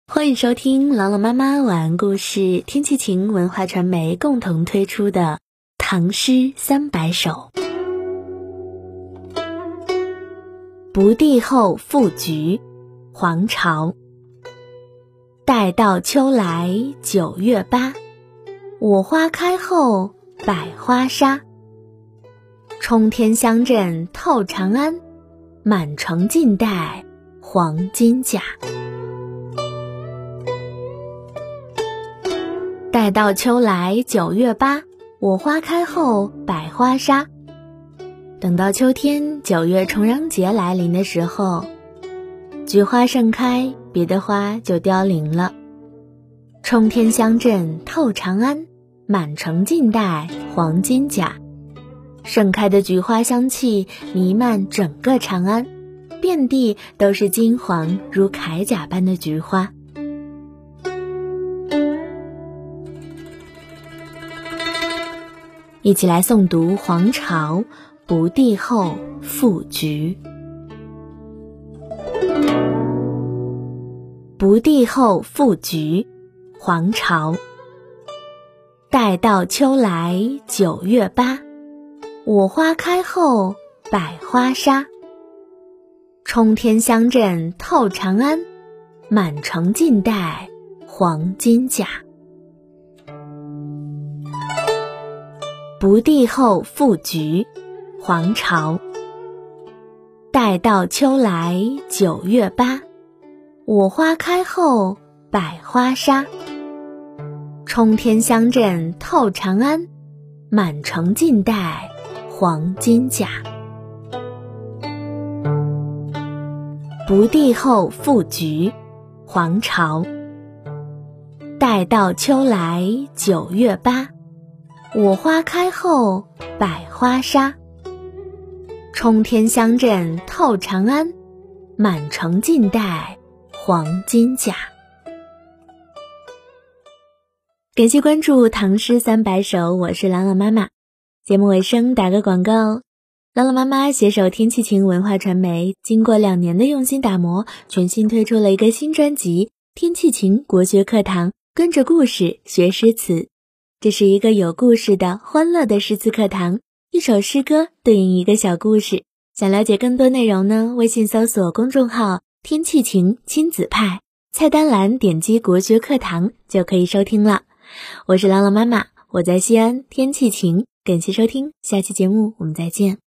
欢迎收听朗朗妈妈晚安故事，天气晴文化传媒共同推出的《唐诗300首》。不第后复菊，黄巢。待到秋来9月8，我花开后百花杀。冲天香阵透长安，满城尽带黄金甲。待到秋来9月8，我花开后百花杀。等到秋天9月重阳节来临的时候，菊花盛开，别的花就凋零了。冲天香阵透长安，满城尽带黄金甲。盛开的菊花香气弥漫整个长安，遍地都是金黄如铠甲般的菊花。一起来诵读黄巢不第后复菊。不第后复菊，黄巢。待到秋来9月8，我花开后百花杀。冲天香阵透长安，满城尽带黄金甲。不第后复菊，黄巢。待到秋来9月8，我花开后百花杀。冲天香阵透长安，满城尽带黄金甲。不第后复菊，黄巢。待到秋来9月8，我花开后百花杀。冲天香阵透长安，满城尽带黄金甲。感谢关注唐诗300首，我是朗朗妈妈。节目尾声打个广告哦。朗朗妈妈携手天气晴文化传媒，经过2年的用心打磨，全新推出了一个新专辑《天气晴国学课堂》，跟着故事学诗词。这是一个有故事的欢乐的诗词课堂，一首诗歌对应一个小故事。想了解更多内容呢，微信搜索公众号天气晴亲子派，菜单栏点击国学课堂就可以收听了。我是朗朗妈妈，我在西安，天气晴，感谢收听，下期节目我们再见。